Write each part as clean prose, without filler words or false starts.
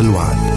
الوعد.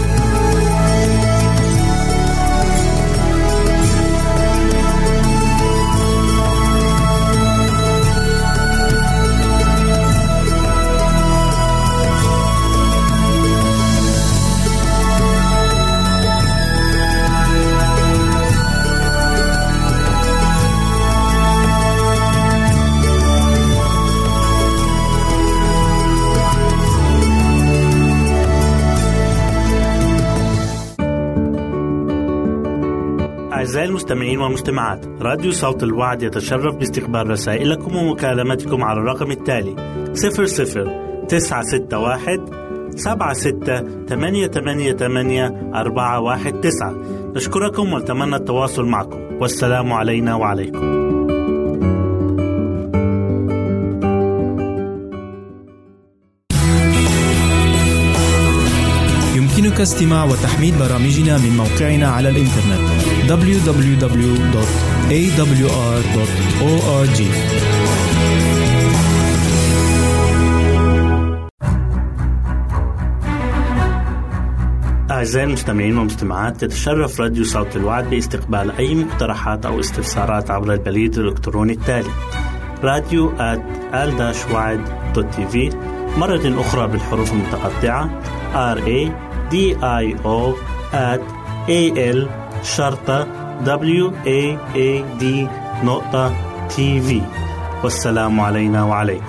أعزائي المستمعين والمستمعات، راديو صوت الوعد يتشرف باستقبال رسائلكم ومكالمتكم على الرقم التالي 00-961-76-88-419. نشكركم ونتمنى التواصل معكم، والسلام علينا وعليكم. يمكنك استماع وتحميل برامجنا من موقعنا على الإنترنت www.awr.org. أعزائي المستمعين والمستمعات، يتشرف راديو صوت الوعد باستقبال أي مقترحات أو استفسارات عبر البريد الإلكتروني التالي radio@al-wad.tv، مرة أخرى بالحروف المتقطعة radio@al-wad.tv. والسلام علينا وعليكم.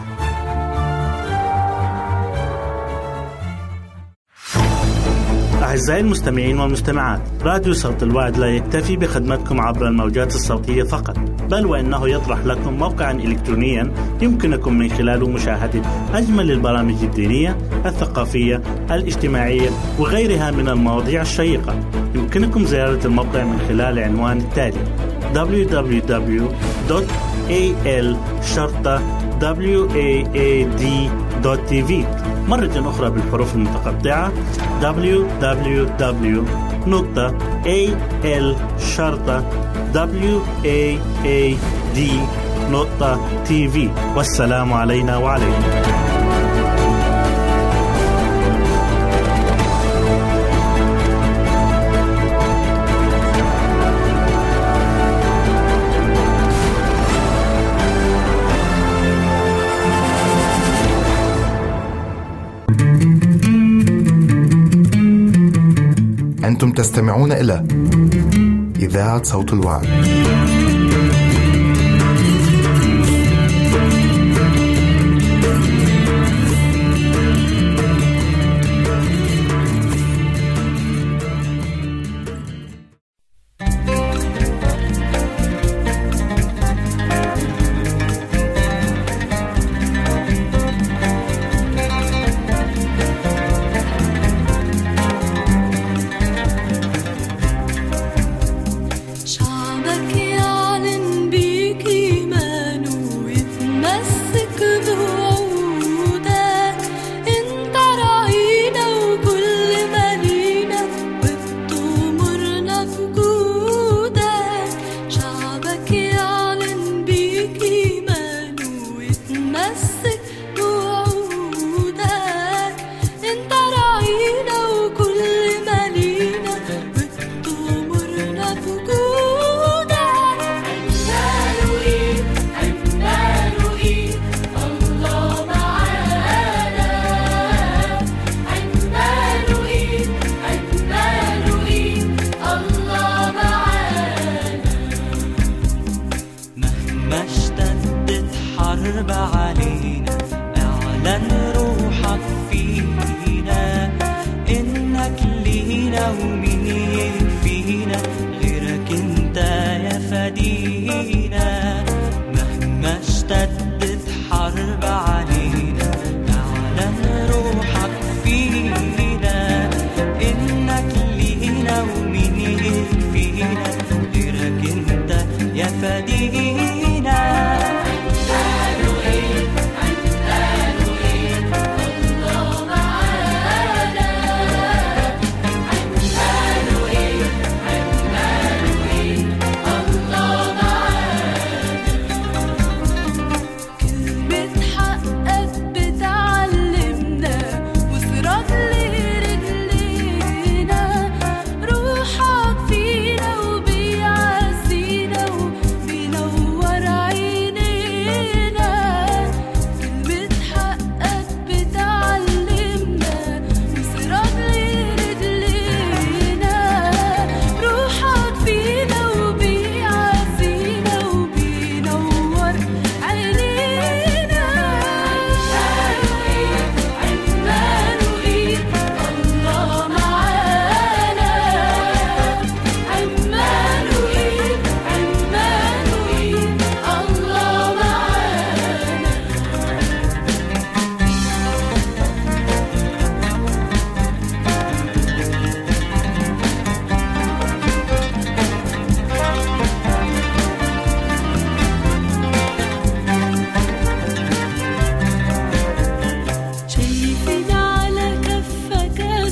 أعزائي المستمعين والمستمعات، راديو صوت الوعد لا يكتفي بخدمتكم عبر الموجات الصوتية فقط، بل وإنه يطرح لكم موقعا إلكترونيا يمكنكم من خلاله مشاهدة أجمل البرامج الدينية، الثقافية، الاجتماعية وغيرها من المواضيع الشيقة. يمكنكم زيارة الموقع من خلال عنوان التالي www.al-wad.tv، مرة أخرى بالحروف المتقطعة www.al-wad.tv. والسلام علينا وعليكم. أنتم تستمعون إلى إذاعة صوت الوعد.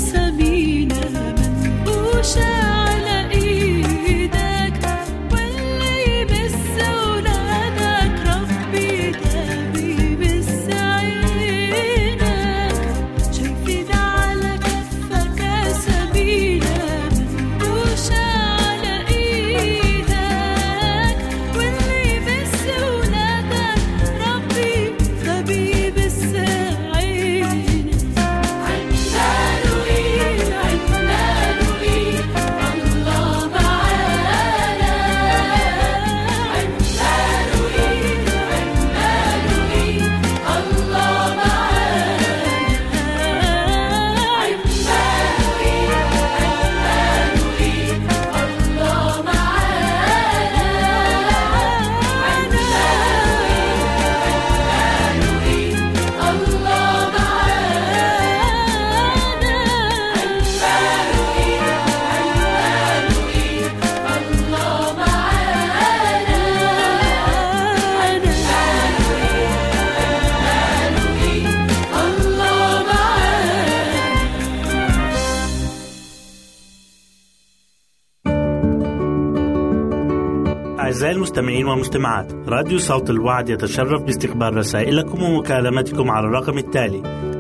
أعزائي المستمعين والمستمعات، راديو صوت الوعد يتشرف باستقبال رسائلكم ومكالمتكم على الرقم التالي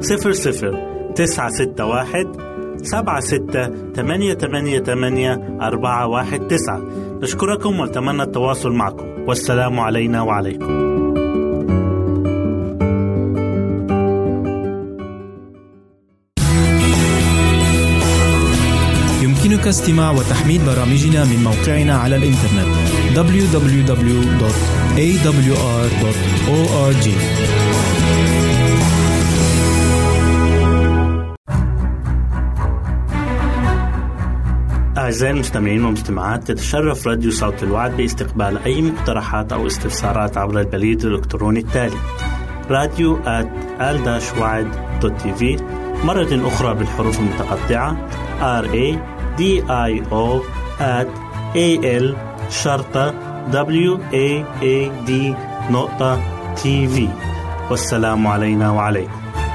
00-961-76-88-419. نشكركم ونتمنى التواصل معكم، والسلام علينا وعليكم. يمكنك استماع وتحميل برامجنا من موقعنا على الإنترنت www.awr.org. أعزائي المستمعين والمستمعات، تتشرف راديو صوت الوعد باستقبال أي مقترحات أو استفسارات عبر البريد الإلكتروني التالي radio@al-wad.tv، مرة أخرى بالحروف المتقطعة radio@al-wad.tv. والسلام علينا وعليكم.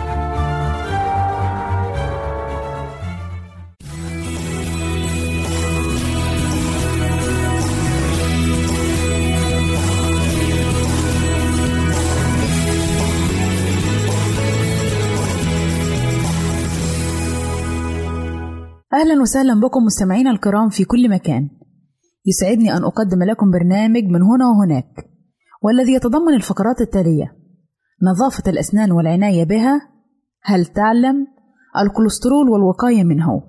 أهلا وسهلا بكم مستمعينا الكرام في كل مكان. يسعدني أن أقدم لكم برنامج من هنا وهناك، والذي يتضمن الفقرات التالية: نظافة الأسنان والعناية بها، هل تعلم، الكوليسترول والوقاية منه.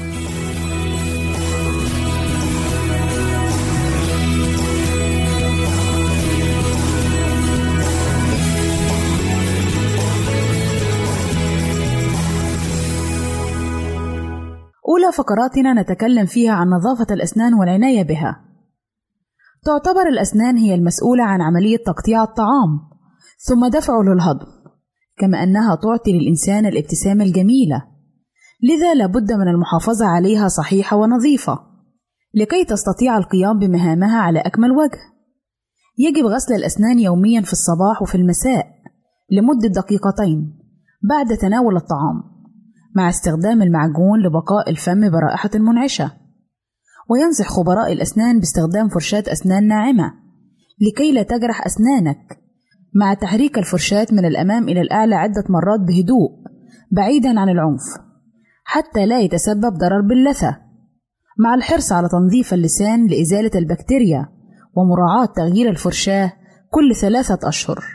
أولى فقراتنا نتكلم فيها عن نظافة الأسنان والعناية بها. تعتبر الأسنان هي المسؤولة عن عملية تقطيع الطعام ثم دفعه للهضم، كما أنها تعطي للإنسان الابتسامة الجميلة، لذا لابد من المحافظة عليها صحيحة ونظيفة لكي تستطيع القيام بمهامها على أكمل وجه. يجب غسل الأسنان يوميا في الصباح وفي المساء لمدة دقيقتين بعد تناول الطعام، مع استخدام المعجون لبقاء الفم برائحة منعشة. وينصح خبراء الأسنان باستخدام فرشاة أسنان ناعمة لكي لا تجرح أسنانك، مع تحريك الفرشاة من الأمام إلى الأعلى عدة مرات بهدوء بعيدا عن العنف حتى لا يتسبب ضرر باللثة، مع الحرص على تنظيف اللسان لإزالة البكتيريا ومراعاة تغيير الفرشاة كل 3 أشهر.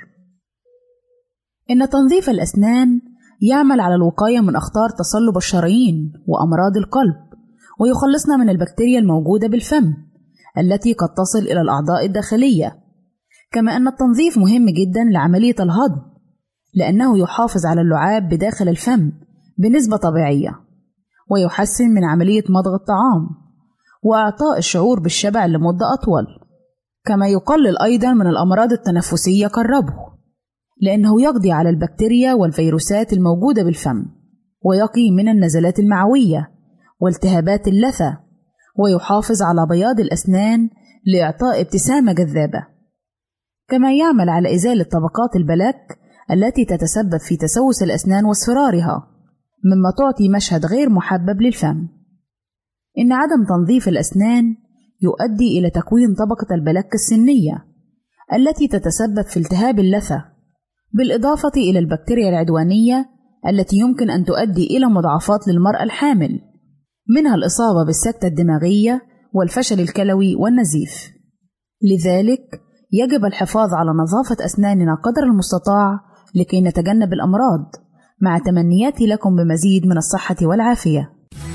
إن تنظيف الأسنان يعمل على الوقاية من أخطار تصلب الشرايين وأمراض القلب، ويخلصنا من البكتيريا الموجودة بالفم التي قد تصل إلى الأعضاء الداخلية. كما أن التنظيف مهم جدا لعملية الهضم، لأنه يحافظ على اللعاب بداخل الفم بنسبة طبيعية، ويحسن من عملية مضغ الطعام وإعطاء الشعور بالشبع لمدة أطول. كما يقلل أيضا من الأمراض التنفسية كالربو، لأنه يقضي على البكتيريا والفيروسات الموجودة بالفم، ويقي من النزلات المعوية والتهابات اللثة، ويحافظ على بياض الأسنان لإعطاء ابتسامة جذابة. كما يعمل على إزالة طبقات البلاك التي تتسبب في تسوس الأسنان واصفرارها، مما تعطي مشهد غير محبب للفم. إن عدم تنظيف الأسنان يؤدي إلى تكوين طبقة البلك السنية التي تتسبب في التهاب اللثة، بالإضافة إلى البكتيريا العدوانية التي يمكن أن تؤدي إلى مضاعفات للمرأة الحامل، منها الإصابة بالسكتة الدماغية والفشل الكلوي والنزيف. لذلك يجب الحفاظ على نظافة أسناننا قدر المستطاع لكي نتجنب الأمراض، مع تمنياتي لكم بمزيد من الصحة والعافية.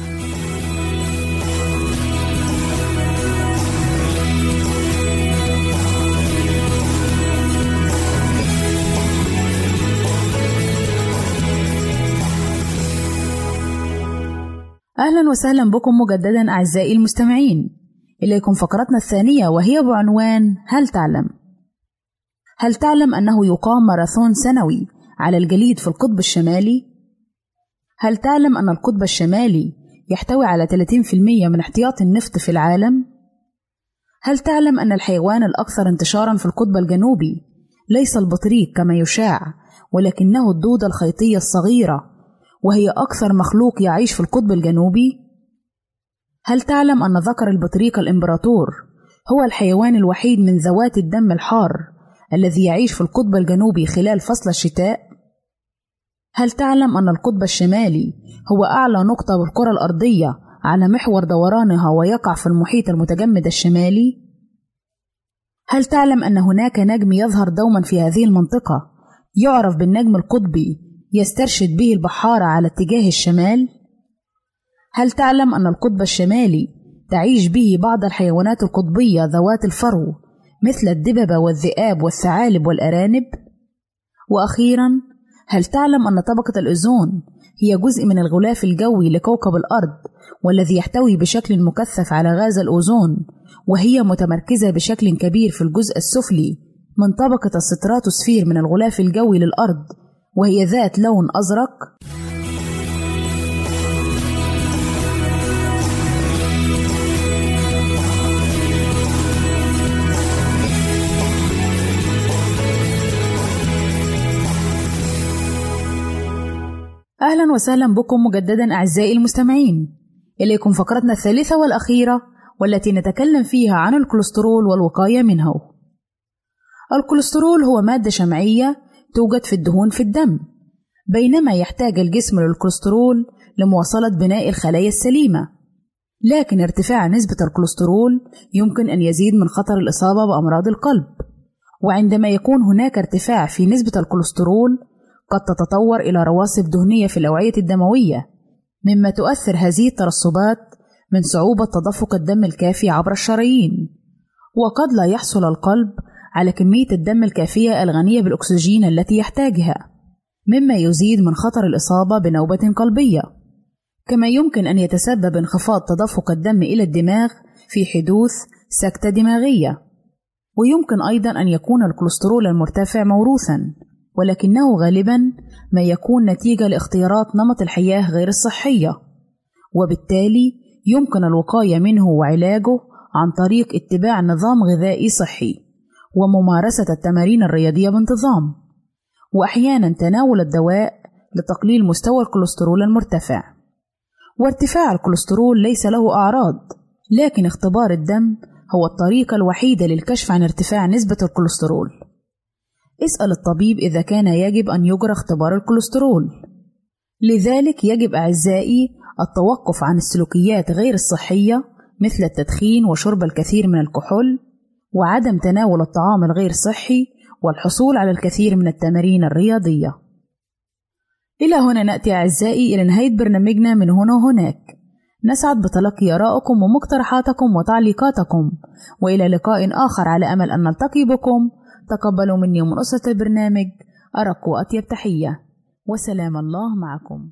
أهلا وسهلا بكم مجددا أعزائي المستمعين. إليكم فقرتنا الثانية وهي بعنوان هل تعلم أنه يقام ماراثون سنوي على الجليد في القطب الشمالي؟ هل تعلم أن القطب الشمالي يحتوي على 30% من احتياط النفط في العالم؟ هل تعلم أن الحيوان الأكثر انتشارا في القطب الجنوبي ليس البطريق كما يشاع، ولكنه الدودة الخيطية الصغيرة، وهي أكثر مخلوق يعيش في القطب الجنوبي؟ هل تعلم أن ذكر البطريق الإمبراطور هو الحيوان الوحيد من ذوات الدم الحار الذي يعيش في القطب الجنوبي خلال فصل الشتاء؟ هل تعلم أن القطب الشمالي هو أعلى نقطة بالكرة الأرضية على محور دورانها ويقع في المحيط المتجمد الشمالي؟ هل تعلم أن هناك نجم يظهر دوما في هذه المنطقة يعرف بالنجم القطبي يسترشد به البحارة على اتجاه الشمال؟ هل تعلم أن القطب الشمالي تعيش به بعض الحيوانات القطبية ذوات الفرو مثل الدببة والذئاب والثعالب والأرانب؟ وأخيرا، هل تعلم أن طبقة الأوزون هي جزء من الغلاف الجوي لكوكب الأرض، والذي يحتوي بشكل مكثف على غاز الأوزون، وهي متمركزة بشكل كبير في الجزء السفلي من طبقة الستراتوسفير من الغلاف الجوي للأرض، وهي ذات لون أزرق؟ أهلا وسهلا بكم مجددا أعزائي المستمعين. إليكم فقرتنا الثالثة والأخيرة، والتي نتكلم فيها عن الكوليسترول والوقاية منه. الكوليسترول هو مادة شمعية توجد في الدهون في الدم، بينما يحتاج الجسم للكوليسترول لمواصلة بناء الخلايا السليمة. لكن ارتفاع نسبة الكوليسترول يمكن أن يزيد من خطر الإصابة بأمراض القلب، وعندما يكون هناك ارتفاع في نسبة الكوليسترول قد تتطور إلى رواسب دهنية في الأوعية الدموية، مما تؤثر هذه الترسبات من صعوبة تدفق الدم الكافي عبر الشرايين، وقد لا يحصل القلب على كمية الدم الكافية الغنية بالأكسجين التي يحتاجها، مما يزيد من خطر الإصابة بنوبة قلبية. كما يمكن أن يتسبب انخفاض تدفق الدم إلى الدماغ في حدوث سكتة دماغية. ويمكن أيضا أن يكون الكوليسترول المرتفع موروثا، ولكنه غالبا ما يكون نتيجة لاختيارات نمط الحياة غير الصحية، وبالتالي يمكن الوقاية منه وعلاجه عن طريق اتباع نظام غذائي صحي وممارسة التمارين الرياضية بانتظام، وأحيانا تناول الدواء لتقليل مستوى الكوليسترول المرتفع. وارتفاع الكوليسترول ليس له أعراض، لكن اختبار الدم هو الطريقة الوحيدة للكشف عن ارتفاع نسبة الكوليسترول. اسأل الطبيب إذا كان يجب أن يجرى اختبار الكوليسترول. لذلك يجب أعزائي التوقف عن السلوكيات غير الصحية مثل التدخين وشرب الكثير من الكحول وعدم تناول الطعام الغير صحي والحصول على الكثير من التمارين الرياضية. إلى هنا نأتي أعزائي إلى نهاية برنامجنا من هنا وهناك. نسعد بتلقي آرائكم ومقترحاتكم وتعليقاتكم، وإلى لقاء آخر على أمل أن نلتقي بكم. تقبلوا مني ومن أسرة البرنامج أرق وأطيب تحية، وسلام الله معكم.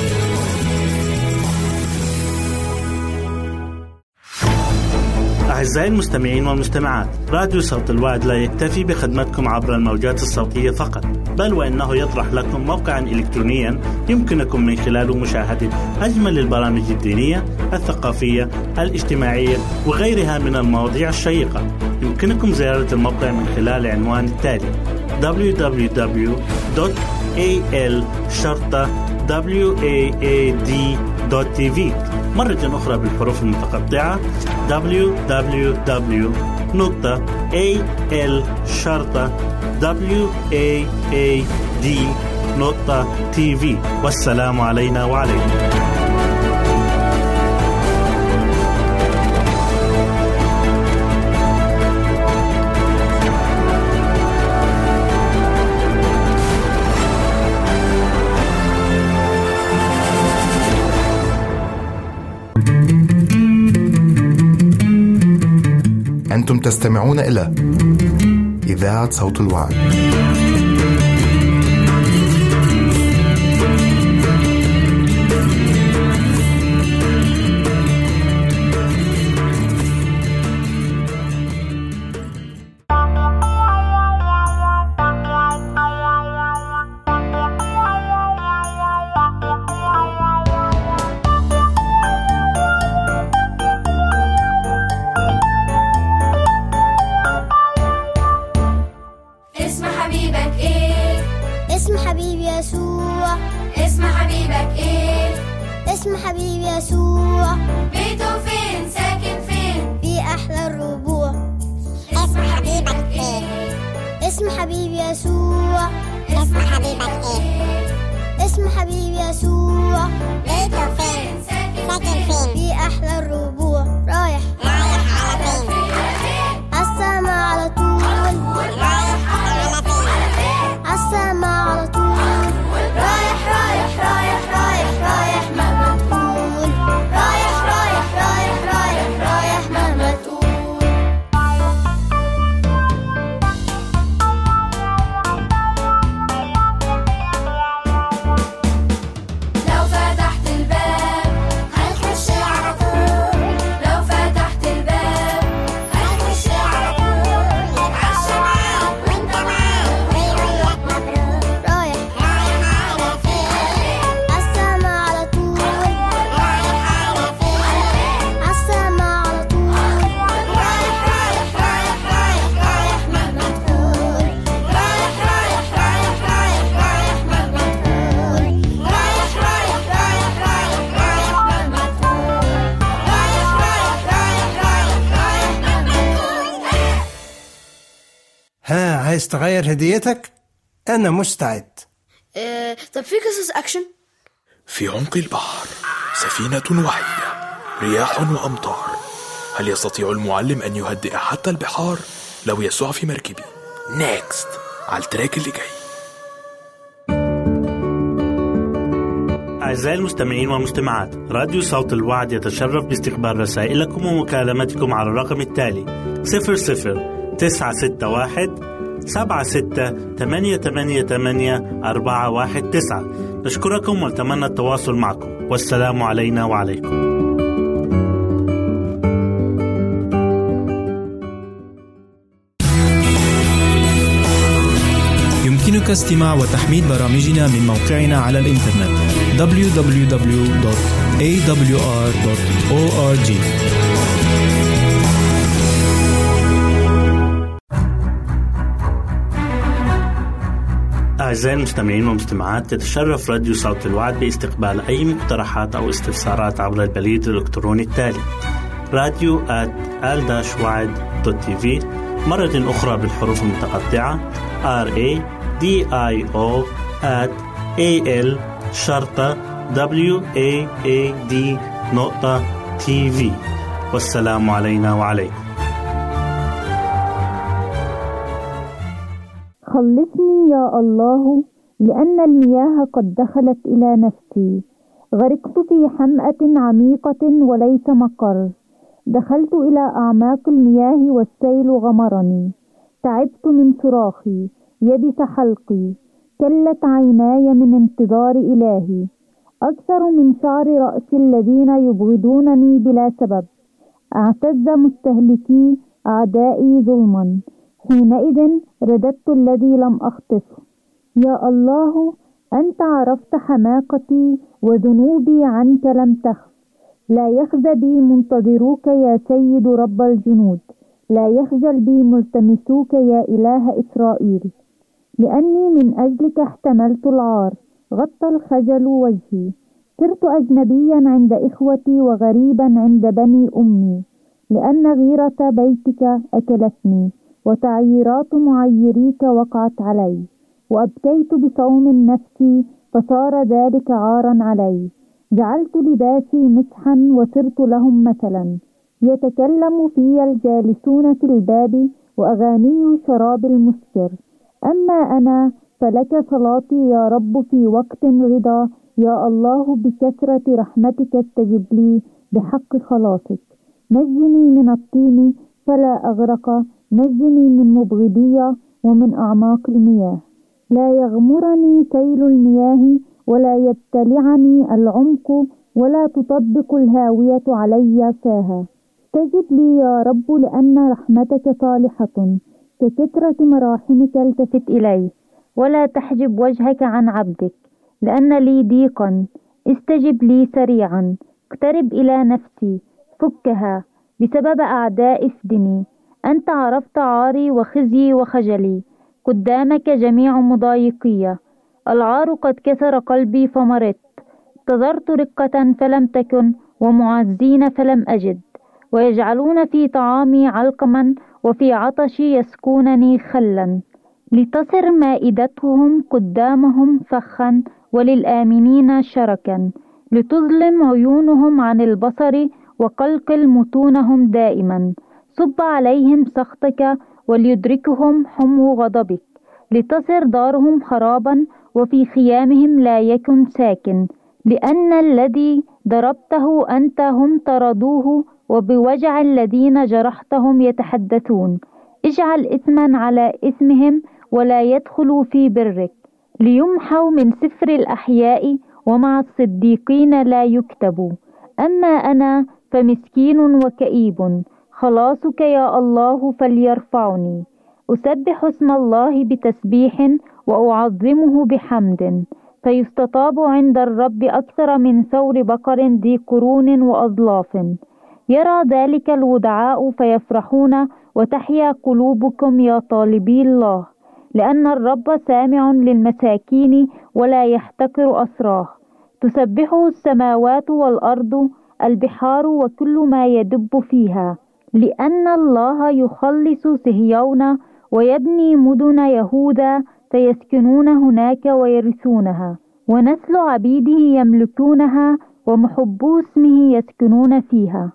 أعزائي أعزائي المستمعين والمستمعات، راديو صوت الوعد لا يكتفي بخدمتكم عبر الموجات الصوتية فقط، بل وإنه يطرح لكم موقعا إلكترونيا يمكنكم من خلاله مشاهدة أجمل البرامج الدينية، الثقافية، الاجتماعية وغيرها من المواضيع الشيقة. يمكنكم زيارة الموقع من خلال العنوان التالي: www.al-waad.tv. مرة أخرى بالحروف المتقطعة: www.al-waad.tv. والسلام علينا وعليكم. أنتم تستمعون إلى إذاعة صوت الوعد. عايز تغير هديتك؟ أنا مستعد. طب في قصص أكشن؟ في عمق البحر سفينة وهي رياح وأمطار. هل يستطيع المعلم أن يهدئ حتى البحار لو يسوع في مركبي؟ نيكست على التراك اللي جاي. أعزائي المستمعين والمستمعات، راديو صوت الوعد يتشرف باستقبال رسائلكم ومكالمتكم على الرقم التالي: 00-961-76-88-419. نشكركم ونتمنى التواصل معكم، والسلام علينا وعليكم. يمكنك استماع وتحميل برامجنا من موقعنا على الإنترنت www.awr.org. أعزائي المستمعين والمستمعات، تتشرف راديو صوت الوعد باستقبال أي مقترحات أو استفسارات عبر البريد الإلكتروني التالي: radio@al-waad.tv. مرة أخرى بالحروف المتقطعة: radio@al-waad.tv. والسلام علينا وعليكم. خلصني يا الله، لأن المياه قد دخلت إلى نفسي. غرقت في حمأة عميقة وليس مقر. دخلت إلى أعماق المياه والسيل غمرني. تعبت من صراخي، يبس حلقي، كلت عيناي من انتظار إلهي. أكثر من شعر رأسي الذين يبغضونني بلا سبب. اعتز مستهلكي أعدائي ظلما، حينئذ رددت الذي لم أخطفه. يا الله، أنت عرفت حماقتي وذنوبي عنك لم تخف. لا يخزى بي منتظروك يا سيد رب الجنود، لا يخجل بي ملتمسوك يا إله إسرائيل. لأني من أجلك احتملت العار، غطى الخجل وجهي. صرت أجنبيا عند إخوتي وغريبا عند بني أمي، لأن غيرة بيتك أكلتني وتعييرات معيريك وقعت علي. وأبكيت بصوم نفسي فصار ذلك عارا علي. جعلت لباسي مسحا وصرت لهم مثلا. يتكلم في الجالسون في الباب وأغاني شراب المسكر. أما أنا فلك صلاتي يا رب في وقت رضا. يا الله، بكثرة رحمتك استجب لي بحق خلاصك. نجني من الطين فلا أغرق، نجني من مبغضية ومن أعماق المياه. لا يغمرني سيل المياه ولا يبتلعني العمق، ولا تطبق الهاوية علي فاها. استجب لي يا رب لأن رحمتك صالحة، ككثرة مراحمك التفت إلي، ولا تحجب وجهك عن عبدك لأن لي ضيقا. استجب لي سريعا، اقترب إلى نفسي، فكها بسبب أعداء افدني. أنت عرفت عاري وخزي وخجلي، قدامك جميع مضايقية. العار قد كسر قلبي فمرضت، انتظرت رقة فلم تكن، ومعزين فلم أجد. ويجعلون في طعامي علقما وفي عطشي يسكونني خلا. لتصر مائدتهم قدامهم فخا وللآمنين شركا، لتظلم عيونهم عن البصر وقلقل متونهم دائما. صب عليهم سخطك وليدركهم حمو غضبك، لتصر دارهم خرابا وفي خيامهم لا يكن ساكن. لأن الذي ضربته أنت هم طردوه، وبوجع الذين جرحتهم يتحدثون. اجعل إثما على إثمهم ولا يدخلوا في برك، ليمحوا من سفر الأحياء ومع الصديقين لا يكتبوا. أما أنا فمسكين وكئيب، خلاصك يا الله فليرفعني. أسبح اسم الله بتسبيح وأعظمه بحمد، فيستطاب عند الرب أكثر من ثور بقر ذي قرون وأظلاف. يرى ذلك الودعاء فيفرحون، وتحيا قلوبكم يا طالبي الله. لأن الرب سامع للمساكين ولا يحتقر أسراه. تسبحه السماوات والأرض، البحار وكل ما يدب فيها. لأن الله يخلص صهيون ويبني مدن يهوذا، فيسكنون هناك ويرثونها، ونسل عبيده يملكونها، ومحبو اسمه يسكنون فيها.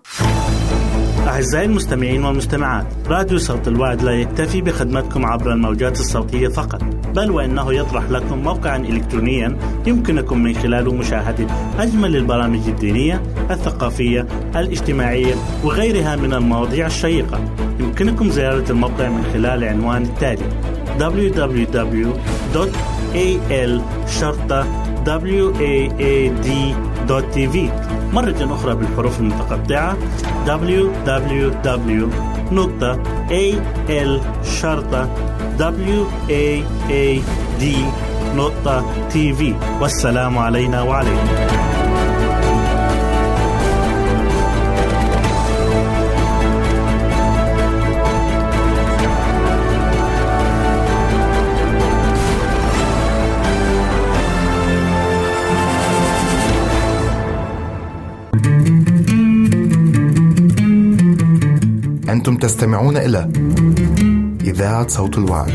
أعزائي المستمعين والمستمعات، راديو صوت الوعد لا يكتفي بخدمتكم عبر الموجات الصوتية فقط، بل وإنه يطرح لكم موقعا إلكترونيا يمكنكم من خلاله مشاهدة أجمل البرامج الدينية، الثقافية، الاجتماعية وغيرها من المواضيع الشيقة. يمكنكم زيارة الموقع من خلال العنوان التالي: www.al-waad.tv. مرة أخرى بالحروف المتقطعة: www.al-waad.tv. والسلام علينا وعليكم. أنتم تستمعون إلى إذاعة صوت الوعد.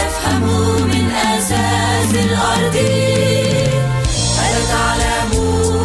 الأرض ألا تعلمون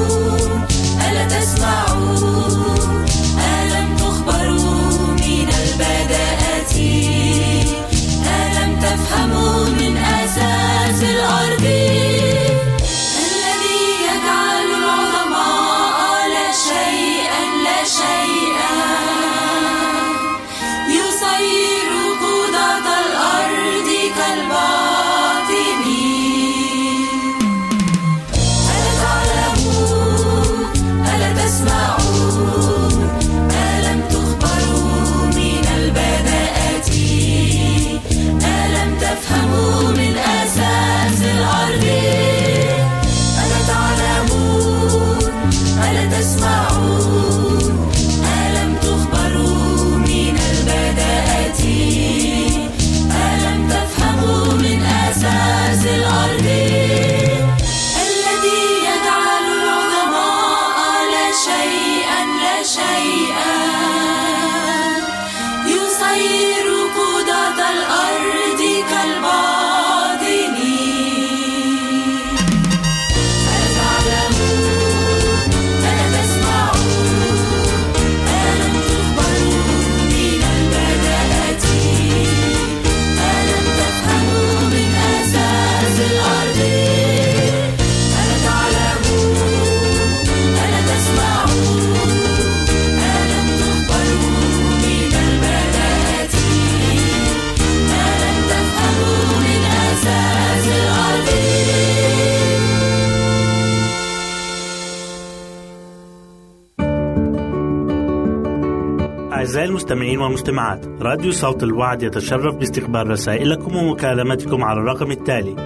أعزائي المستمعين والمستمعات، راديو صوت الوعد يتشرف باستقبال رسائلكم ومكالمتكم على الرقم التالي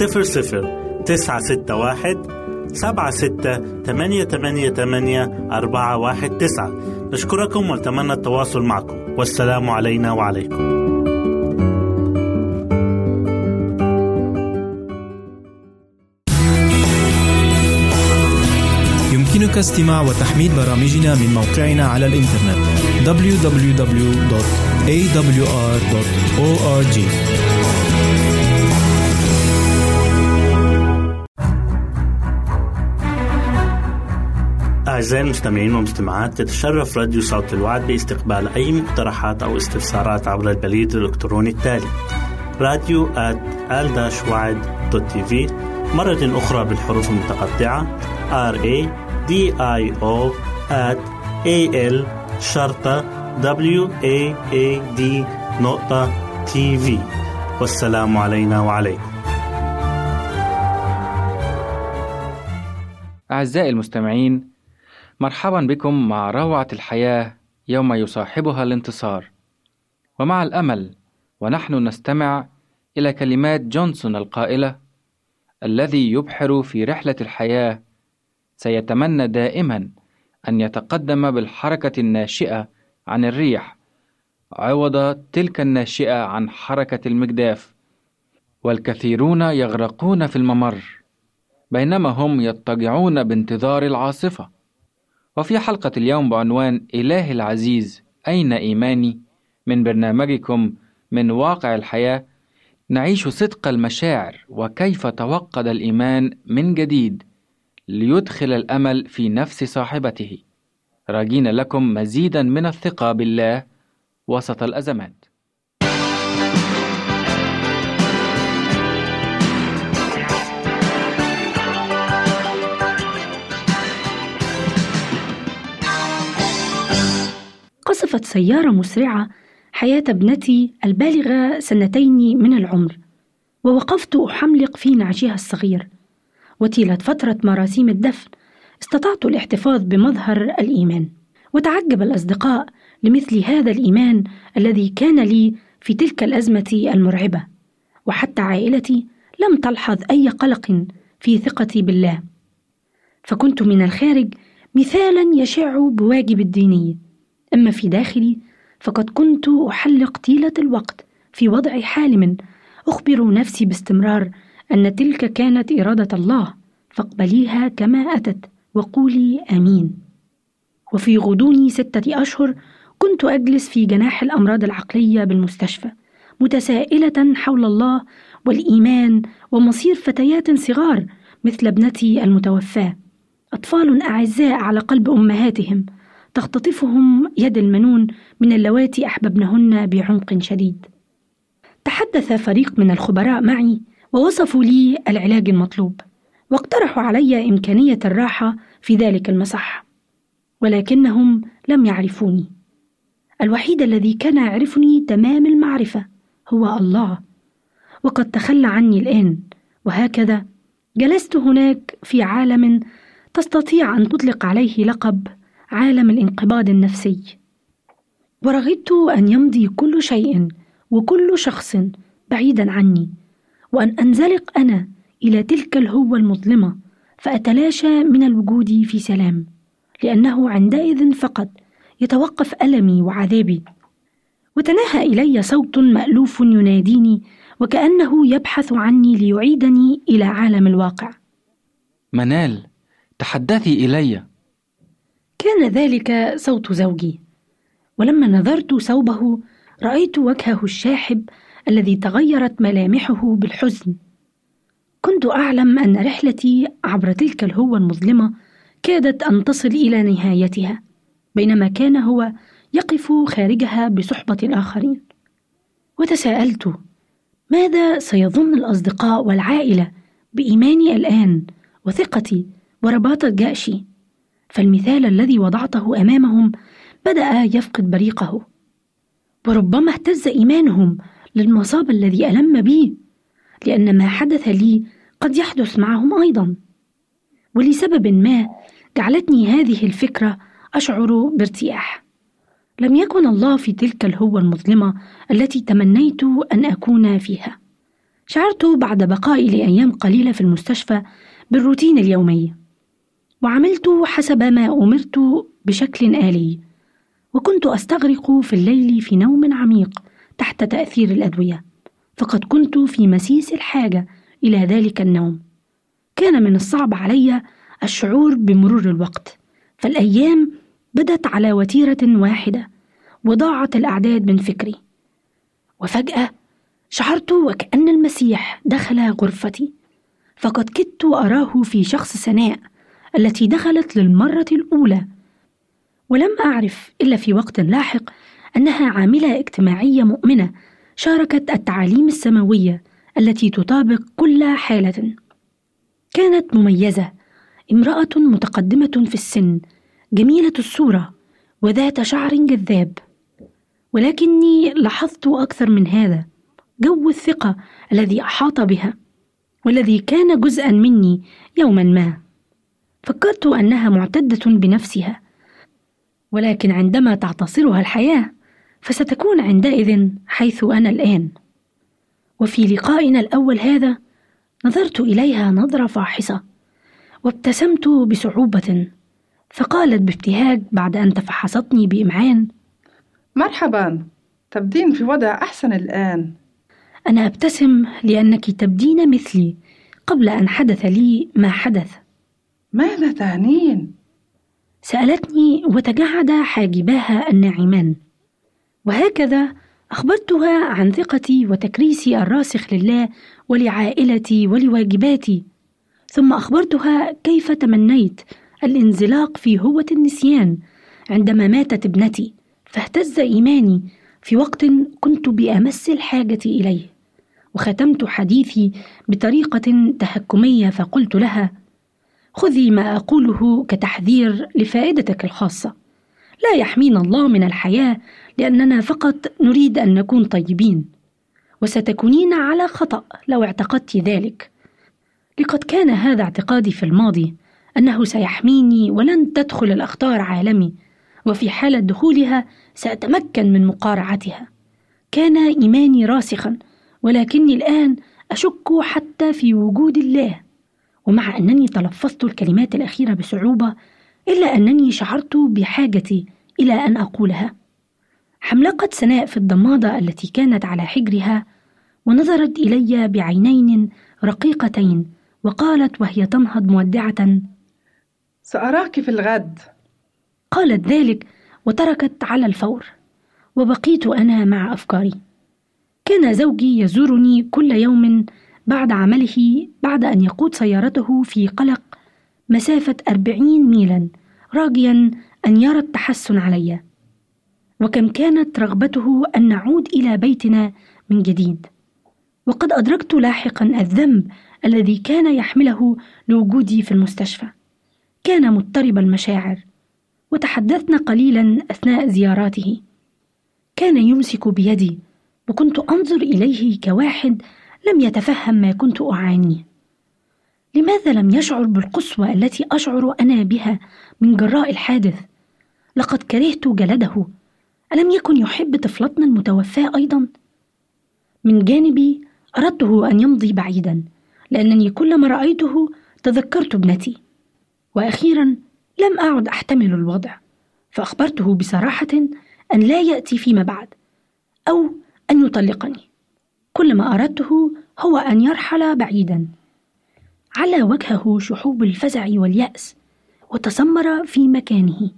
00-961-76-88-419. نشكركم ونتمنى التواصل معكم، والسلام علينا وعليكم. يمكنك استماع وتحميل برامجنا من موقعنا على الإنترنت www.awr.org. أعزائي المستمعين والمستمعات، يتشرف راديو صوت الوعد باستقبال أي مقترحات أو استفسارات عبر البريد الإلكتروني التالي radio@al-wad.tv، مرة أخرى بالحروف المتقطعة radio@al-wad.tv. والسلام علينا وعليكم. أعزائي المستمعين، مرحبا بكم مع روعة الحياة يوم يصاحبها الانتصار، ومع الأمل ونحن نستمع إلى كلمات جونسون القائلة: الذي يبحر في رحلة الحياة سيتمنى دائما أن يتقدم بالحركة الناشئة عن الريح عوض تلك الناشئة عن حركة المجداف، والكثيرون يغرقون في الممر بينما هم يضطجعون بانتظار العاصفة. وفي حلقة اليوم بعنوان إله العزيز أين إيماني من برنامجكم من واقع الحياة، نعيش صدق المشاعر وكيف توقد الإيمان من جديد ليدخل الأمل في نفس صاحبته، راجين لكم مزيدا من الثقة بالله وسط الأزمات. قصفت سيارة مسرعة حياة ابنتي البالغة 2 من العمر، ووقفت أحملق في نعجها الصغير. وطيلة فترة مراسيم الدفن استطعت الاحتفاظ بمظهر الإيمان، وتعجب الأصدقاء لمثل هذا الإيمان الذي كان لي في تلك الأزمة المرعبة، وحتى عائلتي لم تلحظ أي قلق في ثقتي بالله، فكنت من الخارج مثالا يشع بواجب الدينية، أما في داخلي فقد كنت أحلق طيلة الوقت في وضع حالم أخبر نفسي باستمرار أن تلك كانت إرادة الله، فاقبليها كما أتت وقولي آمين. وفي غضون 6 أشهر كنت أجلس في جناح الأمراض العقلية بالمستشفى متسائلة حول الله والإيمان ومصير فتيات صغار مثل ابنتي المتوفاة، أطفال أعزاء على قلب أمهاتهم تختطفهم يد المنون من اللواتي أحببنهن بعمق شديد. تحدث فريق من الخبراء معي ووصفوا لي العلاج المطلوب، واقترحوا علي إمكانية الراحة في ذلك المصح، ولكنهم لم يعرفوني. الوحيد الذي كان يعرفني تمام المعرفة هو الله، وقد تخلى عني الآن، وهكذا جلست هناك في عالم تستطيع أن تطلق عليه لقب عالم الانقباض النفسي. ورغبت أن يمضي كل شيء وكل شخص بعيدا عني، وأن أنزلق أنا إلى تلك الهوة المظلمة فأتلاشى من الوجود في سلام، لأنه عندئذ فقط يتوقف ألمي وعذابي. وتناهى إلي صوت مألوف يناديني وكأنه يبحث عني ليعيدني إلى عالم الواقع. منال، تحدثي إلي. كان ذلك صوت زوجي، ولما نظرت صوبه رأيت وجهه الشاحب الذي تغيرت ملامحه بالحزن. كنت أعلم أن رحلتي عبر تلك الهوة المظلمة كادت أن تصل إلى نهايتها، بينما كان هو يقف خارجها بصحبة الآخرين. وتساءلت: ماذا سيظن الأصدقاء والعائلة بإيماني الآن وثقتي ورباطة جأشي؟ فالمثال الذي وضعته أمامهم بدأ يفقد بريقه، وربما اهتز إيمانهم للمصاب الذي ألم بي، لأن ما حدث لي قد يحدث معهم أيضا. ولسبب ما جعلتني هذه الفكرة أشعر بارتياح، لم يكن الله في تلك الهوة المظلمة التي تمنيت أن أكون فيها. شعرت بعد بقائي لأيام قليلة في المستشفى بالروتين اليومي، وعملت حسب ما أمرت بشكل آلي، وكنت أستغرق في الليل في نوم عميق تحت تأثير الأدوية، فقد كنت في مسيس الحاجة إلى ذلك النوم. كان من الصعب علي الشعور بمرور الوقت، فالأيام بدت على وتيرة واحدة وضاعت الأعداد من فكري. وفجأة شعرت وكأن المسيح دخل غرفتي، فقد كدت أراه في شخص سناء التي دخلت للمرة الأولى، ولم أعرف إلا في وقت لاحق أنها عاملة اجتماعية مؤمنة شاركت التعاليم السماوية التي تطابق كل حالة. كانت مميزة، امرأة متقدمة في السن، جميلة الصورة وذات شعر جذاب، ولكني لاحظت أكثر من هذا جو الثقة الذي أحاط بها والذي كان جزءا مني يوما ما. فكرت أنها معتدة بنفسها، ولكن عندما تعتصرها الحياة فستكون عندئذ حيث أنا الآن. وفي لقائنا الأول هذا نظرت إليها نظرة فاحصة وابتسمت بصعوبة، فقالت بابتهاج بعد أن تفحصتني بإمعان: مرحبا، تبدين في وضع أحسن الآن. أنا أبتسم لأنك تبدين مثلي قبل أن حدث لي ما حدث. ماذا تعنين؟ سألتني وتجعد حاجباها الناعمان، وهكذا أخبرتها عن ثقتي وتكريسي الراسخ لله ولعائلتي ولواجباتي، ثم أخبرتها كيف تمنيت الانزلاق في هوة النسيان عندما ماتت ابنتي، فاهتز إيماني في وقت كنت بأمس الحاجة إليه. وختمت حديثي بطريقة تهكمية فقلت لها: خذي ما أقوله كتحذير لفائدتك الخاصة، لا يحمينا الله من الحياة لأننا فقط نريد أن نكون طيبين، وستكونين على خطأ لو اعتقدت ذلك. لقد كان هذا اعتقادي في الماضي، أنه سيحميني ولن تدخل الأخطار عالمي، وفي حالة دخولها سأتمكن من مقارعتها. كان إيماني راسخا، ولكني الآن أشك حتى في وجود الله. ومع أنني تلفظت الكلمات الأخيرة بصعوبة، إلا أنني شعرت بحاجتي إلى أن أقولها. حملقت سناء في الضمادة التي كانت على حجرها، ونظرت إلي بعينين رقيقتين، وقالت وهي تنهض مودعة: سأراك في الغد. قالت ذلك وتركت على الفور، وبقيت أنا مع أفكاري. كان زوجي يزورني كل يوم بعد عمله، بعد أن يقود سيارته في قلق مسافة 40 ميلا، راجيا أن يرى التحسن علي. وكم كانت رغبته أن نعود إلى بيتنا من جديد. وقد أدركت لاحقا الذنب الذي كان يحمله لوجودي في المستشفى. كان مضطرب المشاعر، وتحدثنا قليلا أثناء زياراته. كان يمسك بيدي، وكنت أنظر إليه كواحد لم يتفهم ما كنت أعانيه. لماذا لم يشعر بالقسوة التي أشعر أنا بها من جراء الحادث؟ لقد كرهت جلده. ألم يكن يحب طفلتنا المتوفاة أيضا؟ من جانبي أردته أن يمضي بعيدا، لأنني كلما رأيته تذكرت ابنتي. وأخيرا لم أعد أحتمل الوضع، فأخبرته بصراحة أن لا يأتي فيما بعد، أو أن يطلقني. كل ما أردته هو أن يرحل بعيدا. على وجهه شحوب الفزع واليأس، وتسمر في مكانه،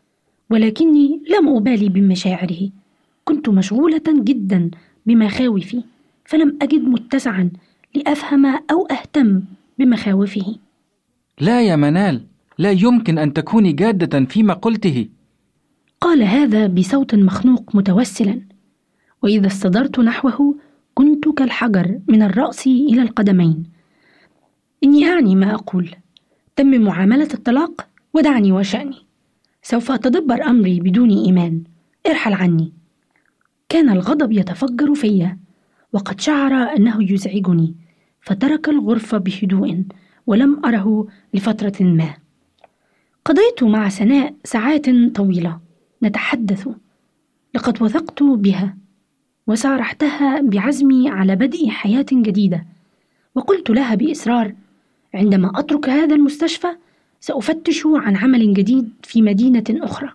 ولكني لم أبالي بمشاعره. كنت مشغولة جدا بمخاوفي، فلم أجد متسعا لأفهم أو أهتم بمخاوفه. لا يا منال، لا يمكن أن تكوني جادة فيما قلته. قال هذا بصوت مخنوق متوسلا، وإذا استدرت نحوه كنت كالحجر من الرأس إلى القدمين. إني أعني ما أقول. تم معاملة الطلاق ودعني وشأني. سوف أتدبر أمري بدون إيمان. ارحل عني. كان الغضب يتفجر فيا، وقد شعر أنه يزعجني، فترك الغرفة بهدوء، ولم أره لفترة ما. قضيت مع سناء ساعات طويلة نتحدث، لقد وثقت بها وسارحتها بعزمي على بدء حياة جديدة، وقلت لها بإصرار: عندما أترك هذا المستشفى سأفتش عن عمل جديد في مدينة أخرى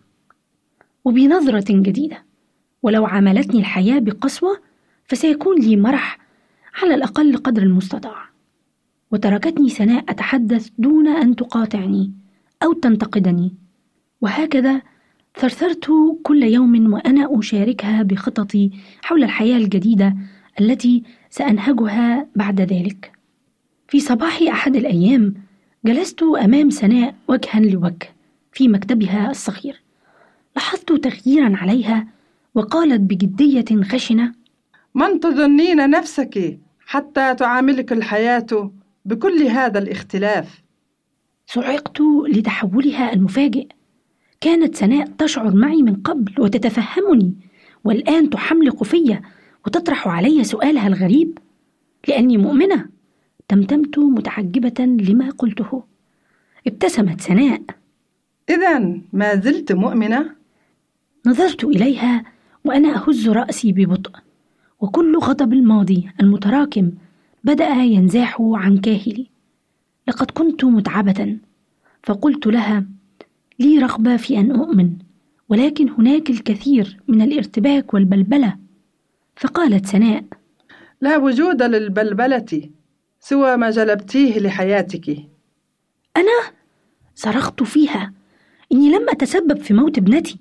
وبنظرة جديدة، ولو عاملتني الحياة بقسوة فسيكون لي مرح على الأقل قدر المستطاع. وتركتني سناء أتحدث دون أن تقاطعني أو تنتقدني، وهكذا ثرثرت كل يوم وأنا أشاركها بخططي حول الحياة الجديدة التي سأنهجها بعد ذلك. في صباح أحد الأيام جلست أمام سناء وجها لوجه في مكتبها الصغير. لاحظت تغييرا عليها وقالت بجدية خشنة: من تظنين نفسك حتى تعاملك الحياة بكل هذا الاختلاف؟ صعقت لتحولها المفاجئ. كانت سناء تشعر معي من قبل وتتفهمني، والآن تحملق في وتطرح علي سؤالها الغريب لأني مؤمنة. تمتمت متعجبة لما قلته. ابتسمت سناء: إذن ما زلت مؤمنة؟ نظرت إليها وأنا أهز رأسي ببطء، وكل غضب الماضي المتراكم بدأ ينزاح عن كاهلي. لقد كنت متعبة، فقلت لها: لي رغبة في أن أؤمن، ولكن هناك الكثير من الارتباك والبلبلة. فقالت سناء: لا وجود للبلبلة سوى ما جلبتيه لحياتك. أنا؟ صرخت فيها: إني لم أتسبب في موت ابنتي.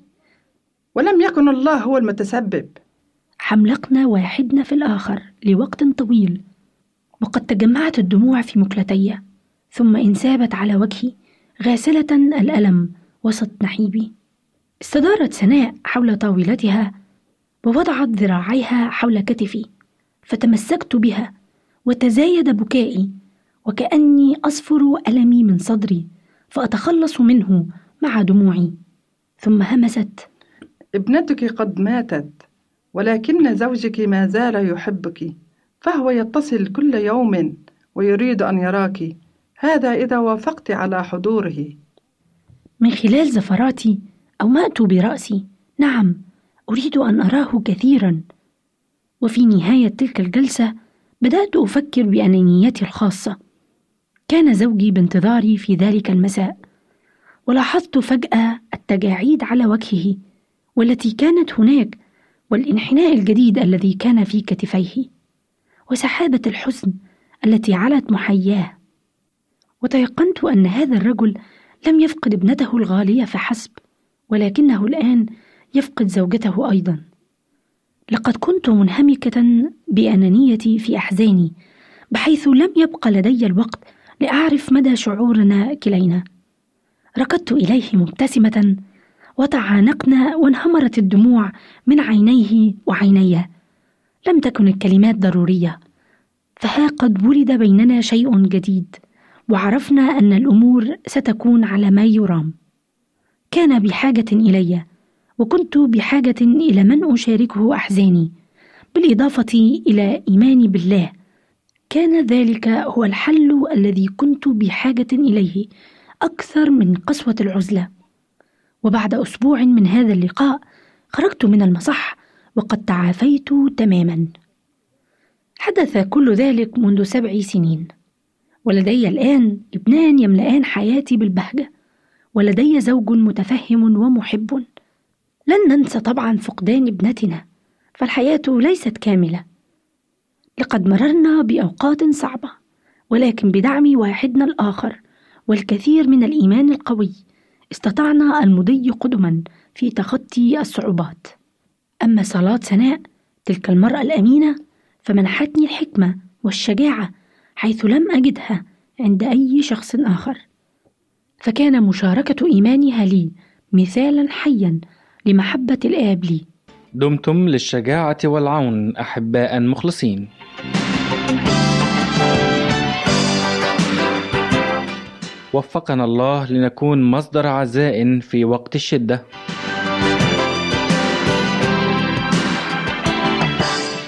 ولم يكن الله هو المتسبب. حملقنا واحدنا في الآخر لوقت طويل، وقد تجمعت الدموع في مكلتي، ثم انسابت على وجهي غاسلة الألم وسط نحيبي. استدارت سناء حول طاولتها ووضعت ذراعيها حول كتفي، فتمسكت بها وتزايد بكائي، وكأني أصفر ألمي من صدري فأتخلص منه مع دموعي. ثم همست: ابنتك قد ماتت، ولكن زوجك ما زال يحبك، فهو يتصل كل يوم ويريد أن يراك، هذا إذا وافقت على حضوره. من خلال زفراتي أومأت برأسي: نعم، أريد أن أراه كثيرا. وفي نهاية تلك الجلسة بدأت أفكر بأنانيتي الخاصة. كان زوجي بانتظاري في ذلك المساء، ولاحظت فجأة التجاعيد على وجهه والتي كانت هناك، والانحناء الجديد الذي كان في كتفيه، وسحابة الحزن التي علت محياه. وتيقنت أن هذا الرجل لم يفقد ابنته الغالية فحسب، ولكنه الآن يفقد زوجته أيضا. لقد كنت منهمكة بأنانيتي في أحزاني، بحيث لم يبقى لدي الوقت لأعرف مدى شعورنا كلينا. ركضت إليه مبتسمة، وتعانقنا وانهمرت الدموع من عينيه وعيني. لم تكن الكلمات ضرورية، فها قد ولد بيننا شيء جديد، وعرفنا أن الأمور ستكون على ما يرام. كان بحاجة إلي، وكنت بحاجة إلى من أشاركه أحزاني، بالإضافة إلى إيماني بالله. كان ذلك هو الحل الذي كنت بحاجة إليه أكثر من قسوة العزلة. وبعد أسبوع من هذا اللقاء خرجت من المصح وقد تعافيت تماما. حدث كل ذلك منذ 7 سنين، ولدي الآن ابنان يملأان حياتي بالبهجة، ولدي زوج متفهم ومحب. لن ننسى طبعا فقدان ابنتنا، فالحياة ليست كاملة. لقد مررنا بأوقات صعبة، ولكن بدعم واحدنا الآخر والكثير من الإيمان القوي استطعنا المضي قدما في تخطي الصعوبات. أما صلاة سناء تلك المرأة الأمينة فمنحتني الحكمة والشجاعة حيث لم أجدها عند أي شخص آخر، فكان مشاركة إيمانها لي مثالا حيا لمحبة الآب لي. دمتم للشجاعة والعون أحباء مخلصين. وفقنا الله لنكون مصدر عزاء في وقت الشدة.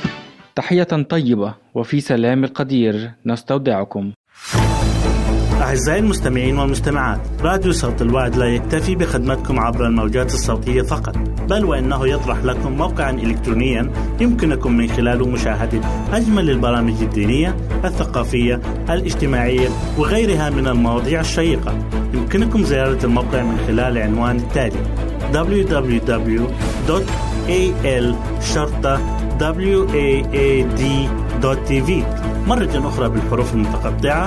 تحية طيبة وفي سلام القدير نستودعكم. أعزائي المستمعين والمستمعات، راديو صوت الوعد لا يكتفي بخدمتكم عبر الموجات الصوتية فقط، بل وإنه يطرح لكم موقعا إلكترونيا يمكنكم من خلاله مشاهدة أجمل البرامج الدينية، الثقافية، الاجتماعية وغيرها من المواضيع الشيقة. يمكنكم زيارة الموقع من خلال عنوان التالي: www.al-waad.tv. مرة أخرى بالحروف المتقطعة: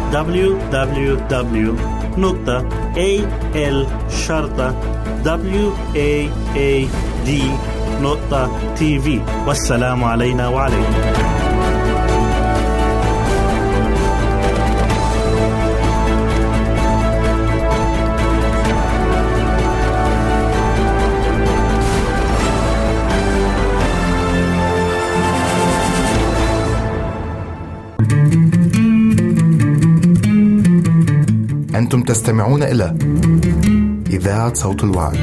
www.al-waad.tv. والسلام علينا وعليكم. أنتم تستمعون إلى إذاعة صوت الوعد.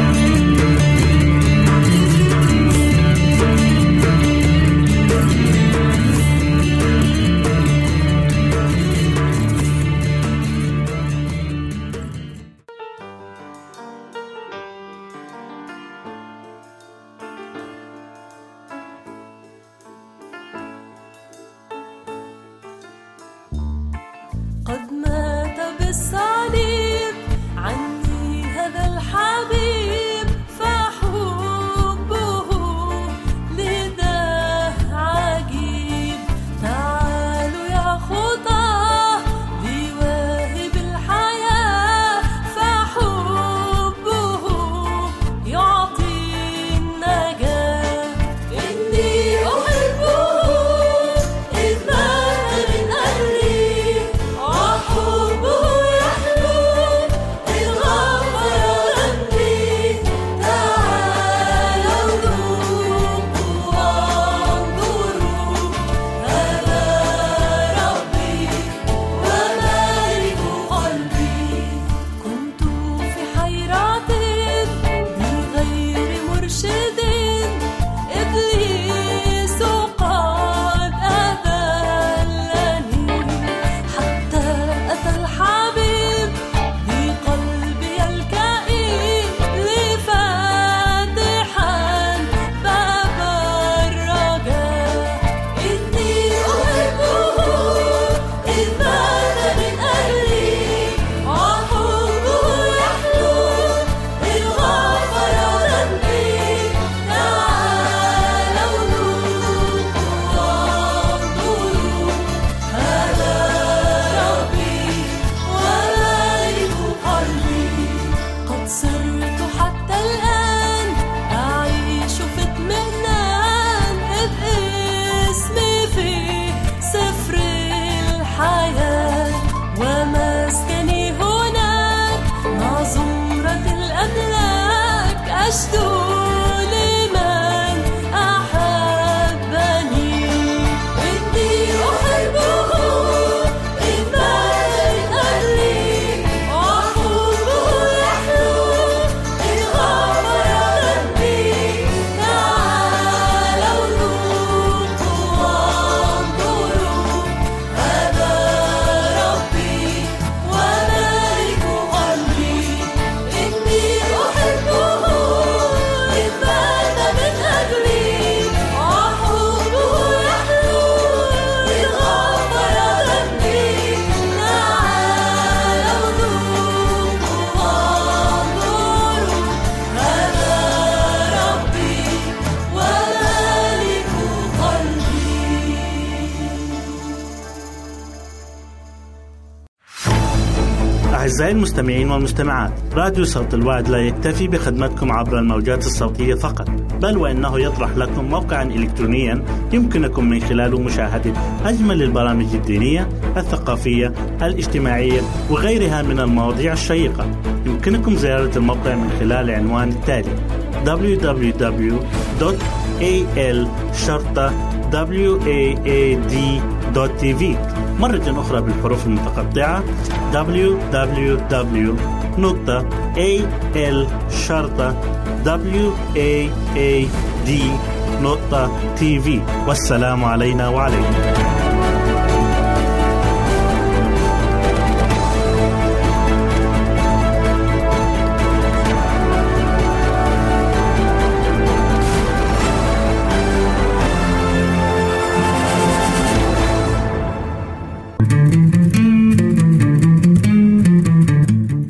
أعزائي المستمعين والمستمعات، راديو صوت الوعد لا يكتفي بخدمتكم عبر الموجات الصوتية فقط، بل وإنه يطرح لكم موقعا إلكترونيا يمكنكم من خلاله مشاهدة أجمل البرامج الدينية، الثقافية، الاجتماعية وغيرها من المواضيع الشيقة. يمكنكم زيارة الموقع من خلال عنوان التالي: www.al-waad.tv. مرة أخرى بالحروف المتقطعة: www.al-waad.tv. والسلام علينا وعليكم.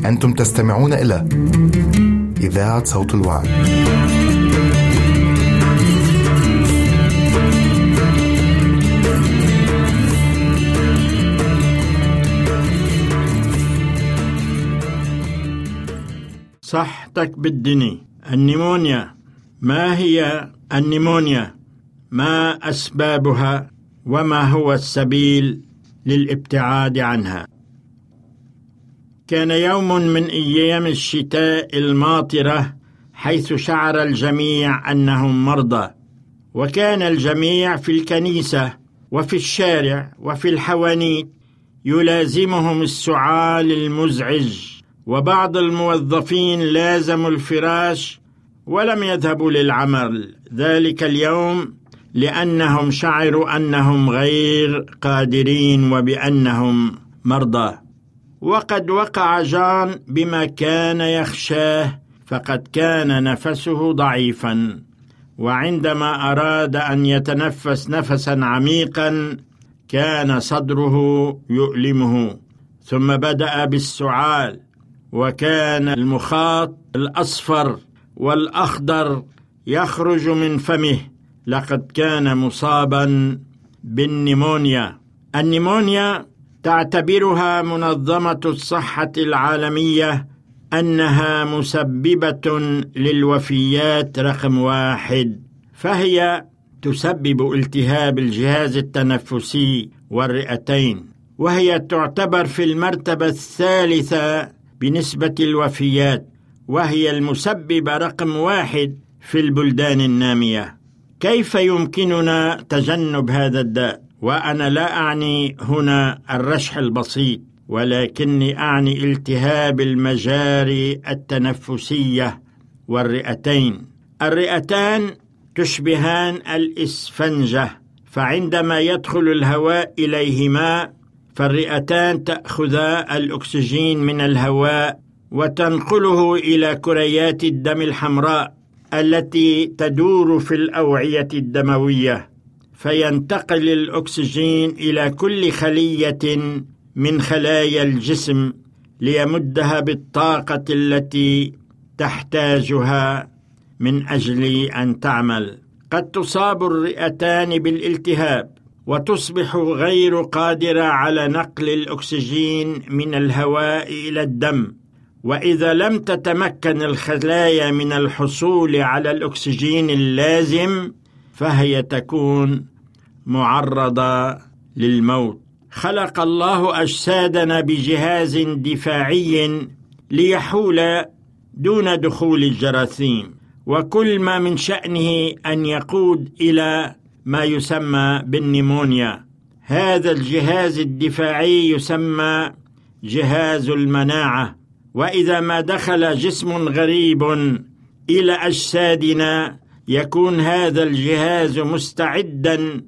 أنتم تستمعون إلى إذاعة صوت الوعد. صحتك بالدني. النيمونيا. ما هي النيمونيا؟ ما أسبابها؟ وما هو السبيل للابتعاد عنها؟ كان يوم من أيام الشتاء الماطرة حيث شعر الجميع أنهم مرضى، وكان الجميع في الكنيسة وفي الشارع وفي الحوانيت يلازمهم السعال المزعج، وبعض الموظفين لازموا الفراش ولم يذهبوا للعمل ذلك اليوم لأنهم شعروا أنهم غير قادرين وبأنهم مرضى. وقد وقع جان بما كان يخشاه، فقد كان نفسه ضعيفا، وعندما أراد أن يتنفس نفسا عميقا كان صدره يؤلمه، ثم بدأ بالسعال، وكان المخاط الأصفر والأخضر يخرج من فمه. لقد كان مصابا بالنيمونيا. النيمونيا تعتبرها منظمة الصحة العالمية أنها مسببة للوفيات رقم 1، فهي تسبب التهاب الجهاز التنفسي والرئتين، وهي تعتبر في المرتبة الثالثة بنسبة الوفيات، وهي المسبب رقم 1 في البلدان النامية. كيف يمكننا تجنب هذا الداء؟ وأنا لا أعني هنا الرشح البسيط، ولكني أعني التهاب المجاري التنفسية والرئتين. الرئتان تشبهان الإسفنجة، فعندما يدخل الهواء إليهما فالرئتان تأخذا الأكسجين من الهواء وتنقله إلى كريات الدم الحمراء التي تدور في الأوعية الدموية، فينتقل الأكسجين إلى كل خلية من خلايا الجسم ليمدها بالطاقة التي تحتاجها من أجل أن تعمل. قد تصاب الرئتان بالالتهاب وتصبح غير قادرة على نقل الأكسجين من الهواء إلى الدم، وإذا لم تتمكن الخلايا من الحصول على الأكسجين اللازم فهي تكون معرضة للموت. خلق الله أجسادنا بجهاز دفاعي ليحول دون دخول الجراثيم، وكل ما من شأنه أن يقود إلى ما يسمى بالنيمونيا. هذا الجهاز الدفاعي يسمى جهاز المناعة، وإذا ما دخل جسم غريب إلى أجسادنا يكون هذا الجهاز مستعدا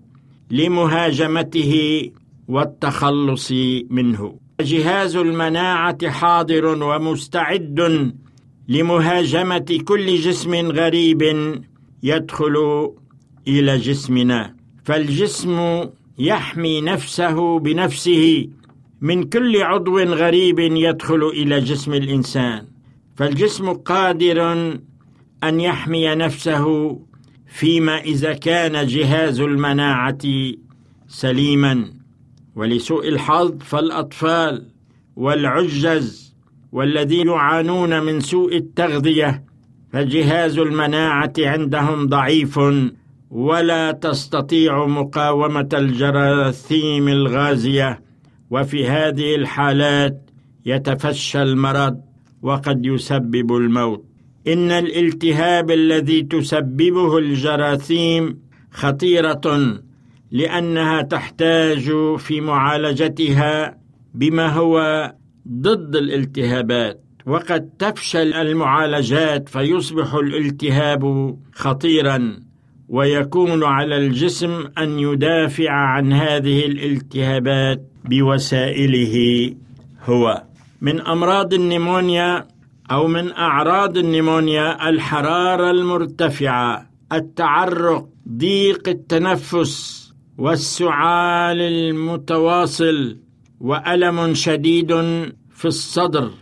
لمهاجمته والتخلص منه. جهاز المناعة حاضر ومستعد لمهاجمة كل جسم غريب يدخل إلى جسمنا، فالجسم يحمي نفسه بنفسه من كل عضو غريب يدخل إلى جسم الإنسان، فالجسم قادر أن يحمي نفسه فيما إذا كان جهاز المناعة سليما. ولسوء الحظ فالأطفال والعجز والذين يعانون من سوء التغذية فجهاز المناعة عندهم ضعيف ولا تستطيع مقاومة الجراثيم الغازية، وفي هذه الحالات يتفشى المرض وقد يسبب الموت. إن الالتهاب الذي تسببه الجراثيم خطيرة لأنها تحتاج في معالجتها بما هو ضد الالتهابات، وقد تفشل المعالجات فيصبح الالتهاب خطيرا، ويكون على الجسم أن يدافع عن هذه الالتهابات بوسائله هو. من أمراض النيمونيا أو من أعراض النيمونيا الحرارة المرتفعة، التعرق، ضيق التنفس، والسعال المتواصل، وألم شديد في الصدر.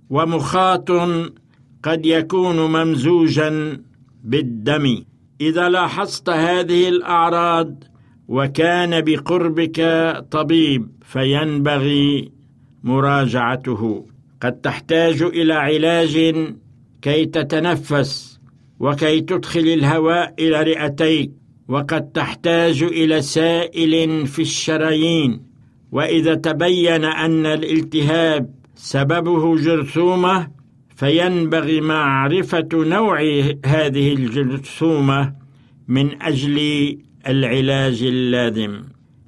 ومخاط قد يكون ممزوجا بالدم. إذا لاحظت هذه الأعراض وكان بقربك طبيب فينبغي مراجعته. قد تحتاج إلى علاج كي تتنفس وكي تدخل الهواء إلى رئتيك، وقد تحتاج إلى سائل في الشرايين. وإذا تبين أن الالتهاب سببه جرثومة فينبغي معرفة نوع هذه الجرثومة من أجل العلاج اللازم.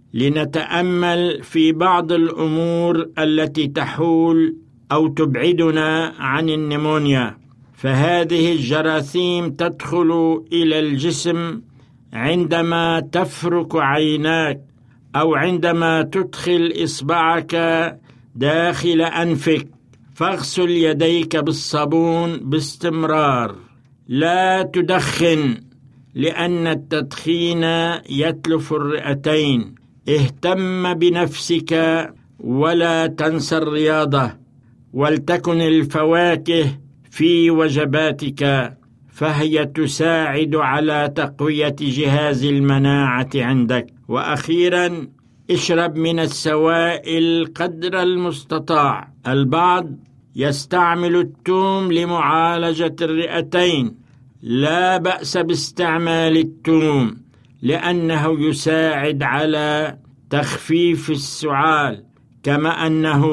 لنتأمل في بعض الأمور التي تحول أو تبعدنا عن النمونيا. فهذه الجراثيم تدخل إلى الجسم عندما تفرك عيناك، أو عندما تدخل إصبعك داخل أنفك. فاغسل يديك بالصابون باستمرار. لا تدخن لأن التدخين يتلف الرئتين. اهتم بنفسك ولا تنسى الرياضة. ولتكن الفواكه في وجباتك، فهي تساعد على تقوية جهاز المناعة عندك. وأخيرا اشرب من السوائل قدر المستطاع. البعض يستعمل الثوم لمعالجة الرئتين. لا بأس باستعمال الثوم لأنه يساعد على تخفيف السعال، كما أنه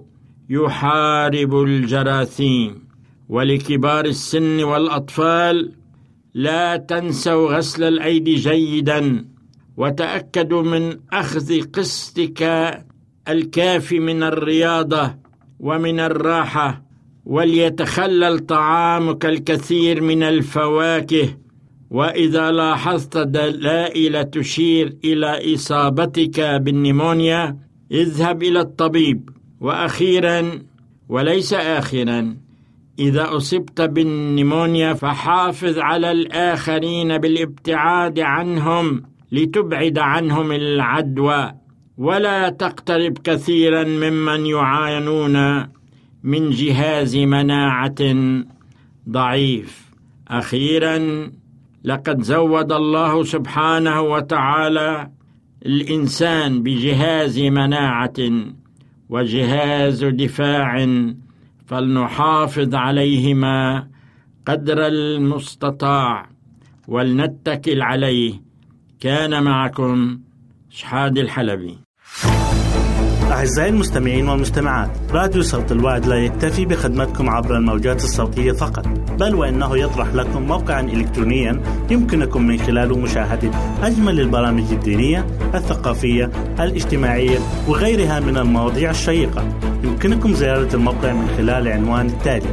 يحارب الجراثيم. ولكبار السن والأطفال لا تنسوا غسل الأيدي جيدا، وتأكدوا من أخذ قسطك الكافي من الرياضة ومن الراحة. وليتخلل طعامك الكثير من الفواكه. وإذا لاحظت دلائل تشير إلى إصابتك بالنمونيا اذهب إلى الطبيب. وأخيرا وليس آخرا، إذا أصبت بالنمونيا فحافظ على الآخرين بالابتعاد عنهم لتبعد عنهم العدوى، ولا تقترب كثيرا ممن يعانون من جهاز مناعة ضعيف. أخيرا، لقد زود الله سبحانه وتعالى الإنسان بجهاز مناعة وجهاز دفاع، فلنحافظ عليهما قدر المستطاع ولنتكل عليه. كان معكم شحاد الحلبي. أعزائي المستمعين والمستمعات، راديو صوت الوعد لا يكتفي بخدمتكم عبر الموجات الصوتية فقط، بل وإنه يطرح لكم موقعا إلكترونيا يمكنكم من خلاله مشاهدة أجمل البرامج الدينية، الثقافية، الاجتماعية وغيرها من المواضيع الشيقة. يمكنكم زيارة الموقع من خلال العنوان التالي: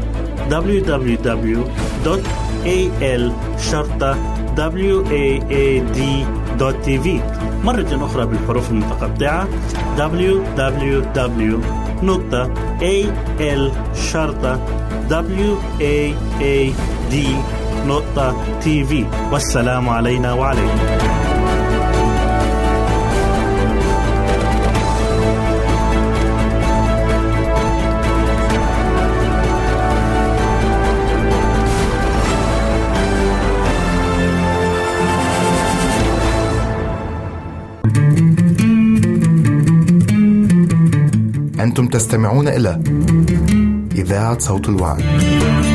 www.al-waad.tv. مرة أخرى بالحروف المتقطعة: www.al-waad.tv. والسلام علينا وعليكم. أنتم تستمعون إلى إذاعة صوت الوعد.